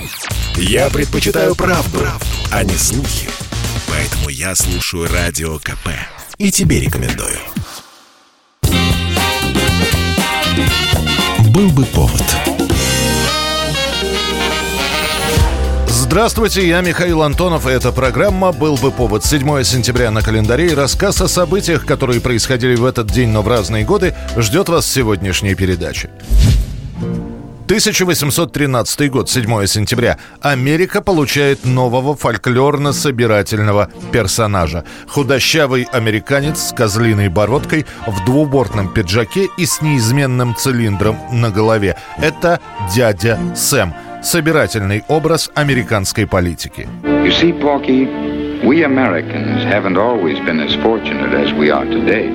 Я предпочитаю правду, а не слухи. Поэтому я слушаю Радио КП. И тебе рекомендую. Был бы повод. Здравствуйте, я Михаил Антонов, и эта программа «Был бы повод». 7 сентября на календаре, и рассказ о событиях, которые происходили в этот день, но в разные годы, ждет вас в сегодняшней передаче. 1813 год, 7 сентября. Америка получает нового фольклорно-собирательного персонажа. Худощавый американец с козлиной бородкой, в двубортном пиджаке и с неизменным цилиндром на голове. Это дядя Сэм. Собирательный образ американской политики. You see, Porky, we Americans haven't always been as fortunate as we are today.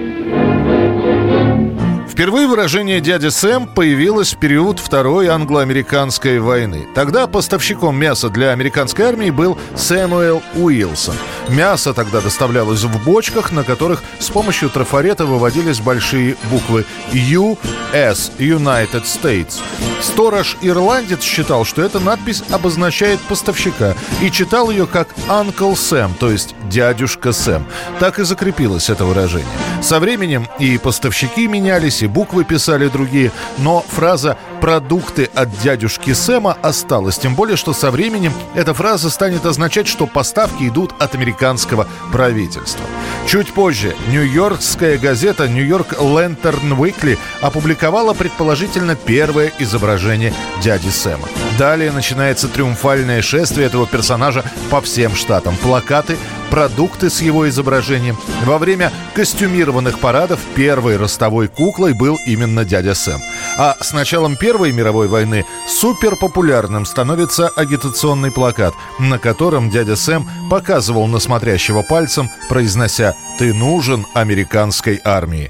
Впервые выражение «дядя Сэм» появилось в период Второй англо-американской войны. Тогда поставщиком мяса для американской армии был Сэмюэл Уилсон. Мясо тогда доставлялось в бочках, на которых с помощью трафарета выводились большие буквы US, United States. Сторож-ирландец считал, что эта надпись обозначает поставщика, и читал ее как «Uncle Sam», то есть «дядюшка Сэм». Так и закрепилось это выражение. Со временем и поставщики менялись, и буквы писали другие, но фраза «продукты от дядюшки Сэма» осталась. Тем более, что со временем эта фраза станет означать, что поставки идут от американского правительства. Чуть позже нью-йоркская газета «Нью-Йорк Лэнтерн Уикли» опубликовала предположительно первое изображение дяди Сэма. Далее начинается триумфальное шествие этого персонажа по всем штатам. Плакаты, продукты с его изображением. Во время костюмированных парадов первой ростовой куклой был именно дядя Сэм. А с началом Первой мировой войны суперпопулярным становится агитационный плакат, на котором дядя Сэм показывал на смотрящего пальцем, произнося «Ты нужен американской армии».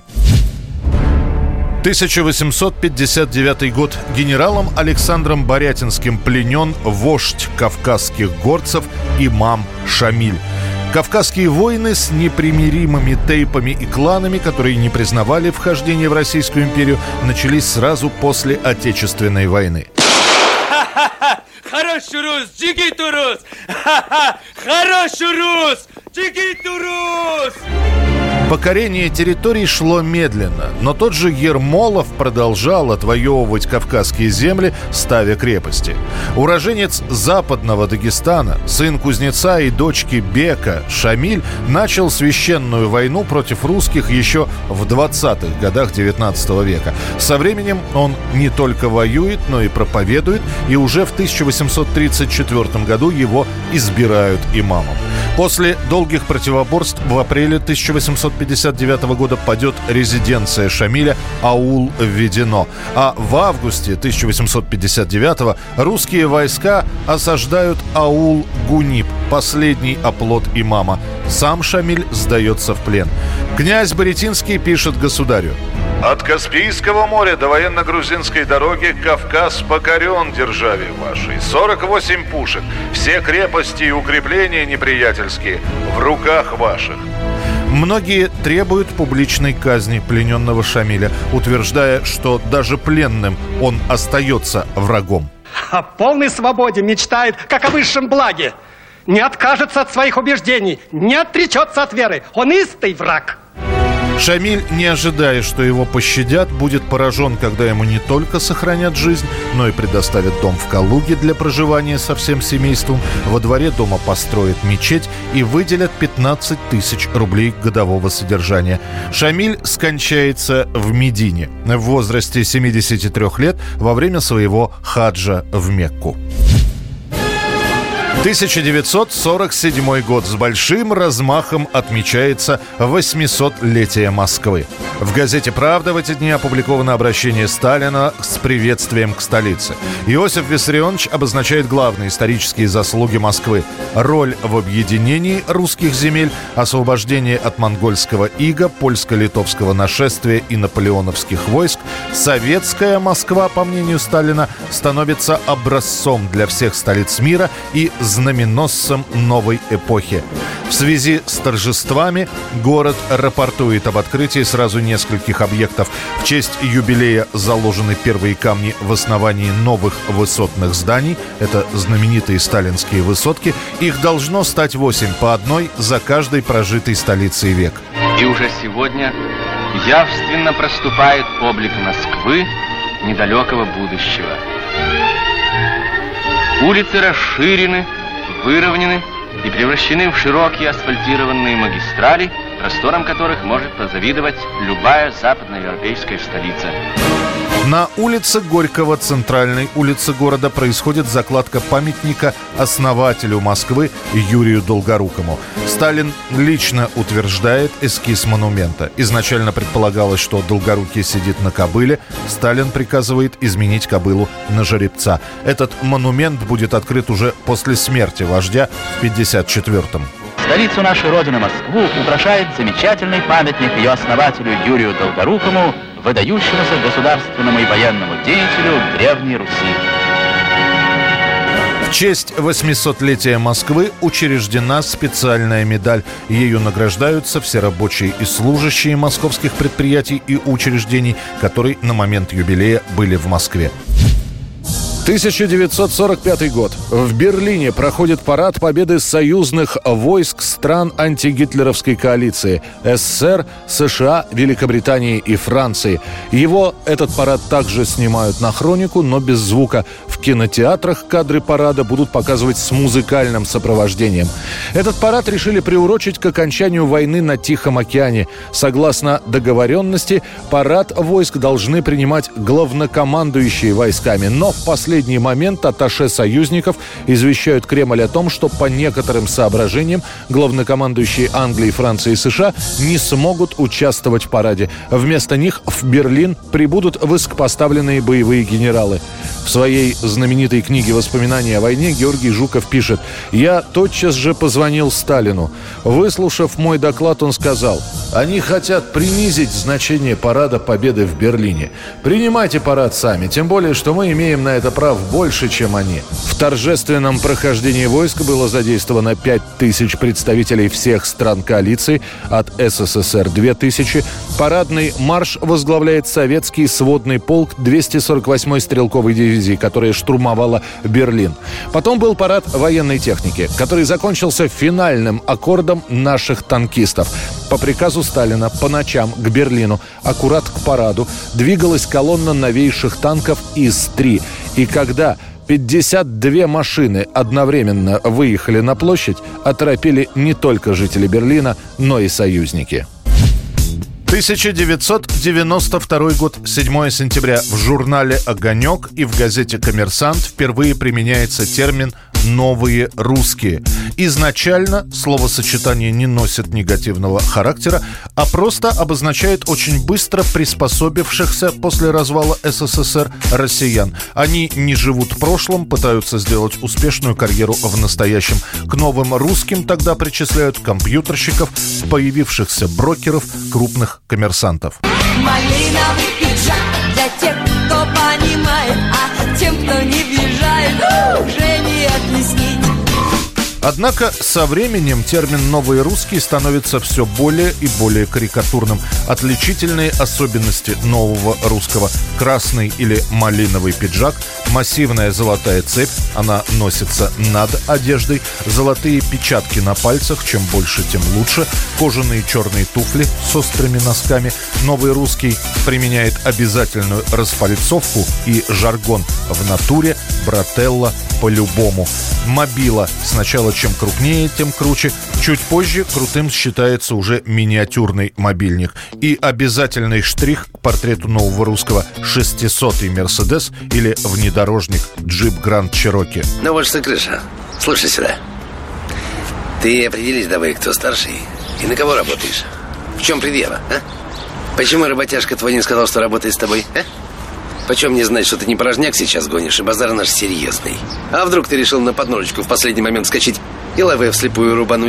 1859 год. Генералом Александром Борятинским пленен вождь кавказских горцев имам Шамиль. Кавказские войны с непримиримыми тейпами и кланами, которые не признавали вхождение в Российскую империю, начались сразу после Отечественной войны. Хороший рус, джигит рус! Хороший рус, джигит рус! Покорение территорий шло медленно, но тот же Ермолов продолжал отвоевывать кавказские земли, ставя крепости. Уроженец западного Дагестана, сын кузнеца и дочки бека Шамиль, начал священную войну против русских еще в 20-х годах 19 века. Со временем он не только воюет, но и проповедует, и уже в 1834 году его избирают имамом. После долгих противоборств в апреле 1859 года падет резиденция Шамиля, аул введено. А в августе 1859 русские войска осаждают аул Гунип, последний оплот имама. Сам Шамиль сдается в плен. Князь Баретинский пишет государю: «От Каспийского моря до военно-грузинской дороги Кавказ покорен державе вашей. 48 пушек, все крепости и укрепления неприятельские в руках ваших». Многие требуют публичной казни плененного Шамиля, утверждая, что даже пленным он остается врагом. О полной свободе мечтает, как о высшем благе. Не откажется от своих убеждений, не отречется от веры. Он истый враг. Шамиль, не ожидая, что его пощадят, будет поражен, когда ему не только сохранят жизнь, но и предоставят дом в Калуге для проживания со всем семейством. Во дворе дома построят мечеть и выделят 15 тысяч рублей годового содержания. Шамиль скончается в Медине в возрасте 73 лет во время своего хаджа в Мекку. 1947 год. С большим размахом отмечается 800-летие Москвы. В газете «Правда» в эти дни опубликовано обращение Сталина с приветствием к столице. Иосиф Виссарионович обозначает главные исторические заслуги Москвы: роль в объединении русских земель, освобождение от монгольского ига, польско-литовского нашествия и наполеоновских войск. Советская Москва, по мнению Сталина, становится образцом для всех столиц мира и знаменосцем новой эпохи. В связи с торжествами город рапортует об открытии сразу нескольких объектов. В честь юбилея заложены первые камни в основании новых высотных зданий. Это знаменитые сталинские высотки. Их должно стать 8, по одной за каждой прожитой столицей век. И уже сегодня явственно проступает облик Москвы недалекого будущего. Улицы расширены, выровнены и превращены в широкие асфальтированные магистрали, простором которых может позавидовать любая западноевропейская столица. На улице Горького, центральной улице города, происходит закладка памятника основателю Москвы Юрию Долгорукому. Сталин лично утверждает эскиз монумента. Изначально предполагалось, что Долгорукий сидит на кобыле. Сталин приказывает изменить кобылу на жеребца. Этот монумент будет открыт уже после смерти вождя в 1954-м. Столицу нашей Родины, Москву, украшает замечательный памятник ее основателю Юрию Долгорукому, выдающемуся государственному и военному деятелю Древней Руси. В честь 800-летия Москвы учреждена специальная медаль. Ею награждаются все рабочие и служащие московских предприятий и учреждений, которые на момент юбилея были в Москве. 1945 год. В Берлине проходит парад победы союзных войск стран антигитлеровской коалиции СССР, США, Великобритании и Франции. Этот парад также снимают на хронику, но без звука. В кинотеатрах кадры парада будут показывать с музыкальным сопровождением. Этот парад решили приурочить к окончанию войны на Тихом океане. Согласно договоренности, парад войск должны принимать главнокомандующие войсками, но в последний момент атташе союзников извещают Кремль о том, что по некоторым соображениям главнокомандующие Англии, Франции и США не смогут участвовать в параде. Вместо них в Берлин прибудут высокопоставленные боевые генералы. В своей знаменитой книге «Воспоминания о войне» Георгий Жуков пишет: «Я тотчас же позвонил Сталину. Выслушав мой доклад, он сказал: они хотят принизить значение парада победы в Берлине. Принимайте парад сами, тем более, что мы имеем на это прав больше, чем они». В торжественном прохождении войск было задействовано 5000 представителей всех стран коалиции, от СССР 2000. Парадный марш возглавляет советский сводный полк 248-й стрелковой дивизии, которая штурмовала Берлин. Потом был парад военной техники, который закончился финальным аккордом наших танкистов. По приказу Сталина по ночам к Берлину, аккурат к параду, двигалась колонна новейших танков ИС-3. И когда 52 машины одновременно выехали на площадь, оторопели не только жители Берлина, но и союзники. 1992 год, 7 сентября. В журнале «Огонек» и в газете «Коммерсант» впервые применяется термин «новые русские». Изначально словосочетание не носит негативного характера, а просто обозначает очень быстро приспособившихся после развала СССР россиян. Они не живут в прошлом, пытаются сделать успешную карьеру в настоящем. К новым русским тогда причисляют компьютерщиков, появившихся брокеров, крупных коммерсантов. Малиновый пиджак для тех, кто понимает, а тем, кто не въезжает, уже не объяснить. Однако со временем термин «новые русские» становится все более и более карикатурным. Отличительные особенности нового русского: красный или малиновый пиджак, массивная золотая цепь, она носится над одеждой, золотые печатки на пальцах, чем больше, тем лучше, кожаные черные туфли с острыми носками. Новый русский применяет обязательную распальцовку и жаргон: в натуре, брателло, по-любому. Мобила: сначала чем крупнее, тем круче. Чуть позже крутым считается уже миниатюрный мобильник. И обязательный штрих к портрету нового русского: 600-й Мерседес или внедорожник Джип Гранд Чероки. Ну вот что, крыша, слушай сюда. Ты определись давай, кто старший и на кого работаешь. В чем предъява, а? Почему работяжка твой не сказал, что работает с тобой, а? Почем мне знать, что ты не порожняк сейчас гонишь, и базар наш серьезный? А вдруг ты решил на подножечку в последний момент вскочить и лаве вслепую рубануть?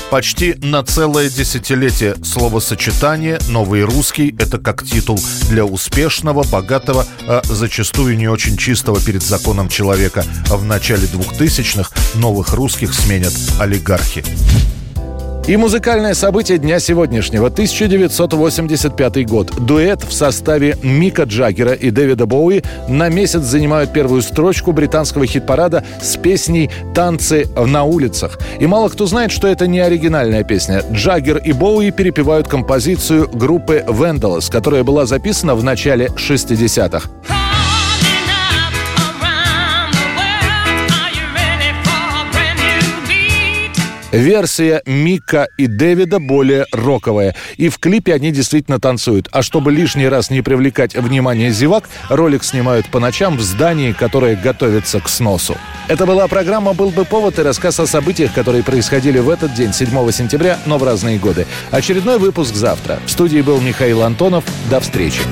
Почти на целое десятилетие словосочетание «новый русский» — это как титул для успешного, богатого, а зачастую не очень чистого перед законом человека. А в начале 2000-х новых русских сменят олигархи. И музыкальное событие дня сегодняшнего. 1985 год. Дуэт в составе Мика Джаггера и Дэвида Боуи на месяц занимают первую строчку британского хит-парада с песней «Танцы на улицах». И мало кто знает, что это не оригинальная песня. Джаггер и Боуи перепевают композицию группы Vandellas, которая была записана в начале 60-х. Версия Мика и Дэвида более роковая. И в клипе они действительно танцуют. А чтобы лишний раз не привлекать внимание зевак, ролик снимают по ночам в здании, которое готовится к сносу. Это была программа «Был бы повод» и рассказ о событиях, которые происходили в этот день, 7 сентября, но в разные годы. Очередной выпуск завтра. В студии был Михаил Антонов. До встречи.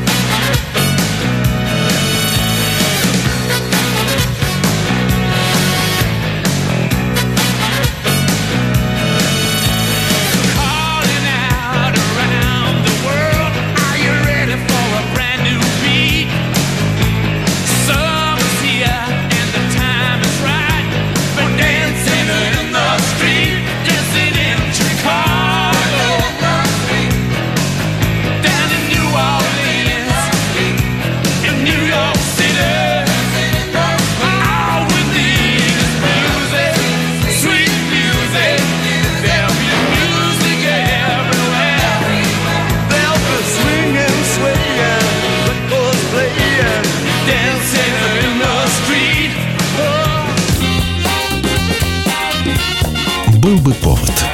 Был бы повод.